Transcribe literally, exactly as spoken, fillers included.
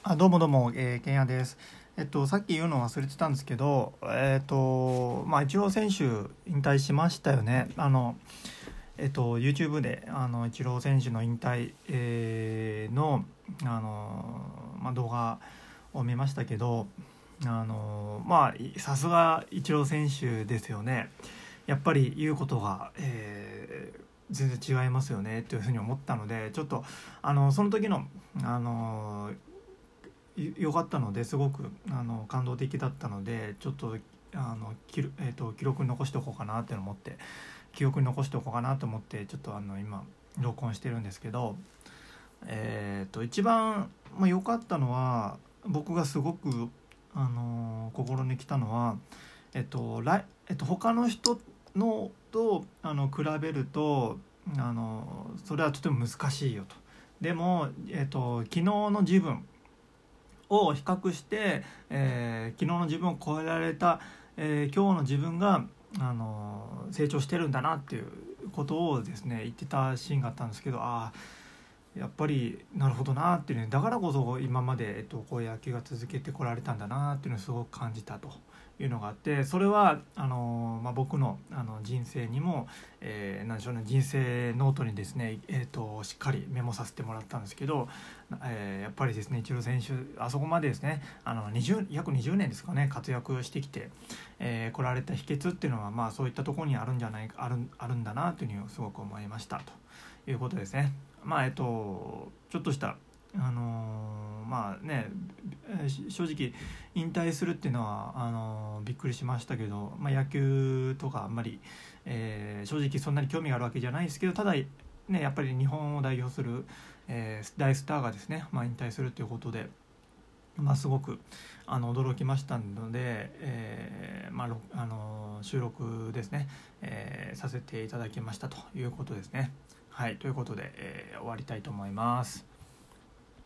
あ、どうもどうも、えー、ケンヤです。えっと、さっき言うの忘れてたんですけど、えっと、まあ、イチロー選手引退しましたよね。あの、えっと、YouTube で、あの、イチロー選手の引退、えーの、あの、まあ、動画を見ましたけど、あの、まあ、さすがイチロー選手ですよね。やっぱり言うことが、えー全然違いますよねというふうに思ったので、ちょっとあのその時のあの良かったのですごくあの感動的だったので、ちょっとあの記録、えーと、記録に残しておこうかなって思って記憶に残しておこうかなと思ってちょっとあの今録音してるんですけど、えーと一番まあ良かったのは、僕がすごくあの心に来たのは、えっと来えっと他の人のとあの比べるとあのそれはとても難しいよと。でも、えっと昨日の自分を比較して、えー、昨日の自分を超えられた、えー、今日の自分があの成長してるんだなっていうことをですね言ってたシーンがあったんですけど、ああやっぱりなるほどなっていうね、だからこそ今まで、えっと、こういう野球が続けてこられたんだなっていうのをすごく感じたというのがあって、それはあの、まあ、僕の、あの人生にも、えー、なんでしょうね、人生ノートにですね、えー、としっかりメモさせてもらったんですけど、えー、やっぱりですねイチロー選手あそこまでですねあのにじゅう約にじゅうねんですかね活躍してきて、えー、来られた秘訣っていうのは、まあ、そういったところにあるんじゃないあるあるんだなというふうにすごく思いましたということですね。まあえっとちょっとしたあのー、まあね正直引退するっていうのはあのー、びっくりしましたけど、まあ、野球とかあんまり、えー、正直そんなに興味があるわけじゃないですけど、ただねやっぱり日本を代表する、えー、大スターがですね、まあ、引退するということで、まあ、すごくあの驚きましたので、えーまあ、あの収録ですね、えー、させていただきましたということですね。はい、ということで、えー、終わりたいと思います。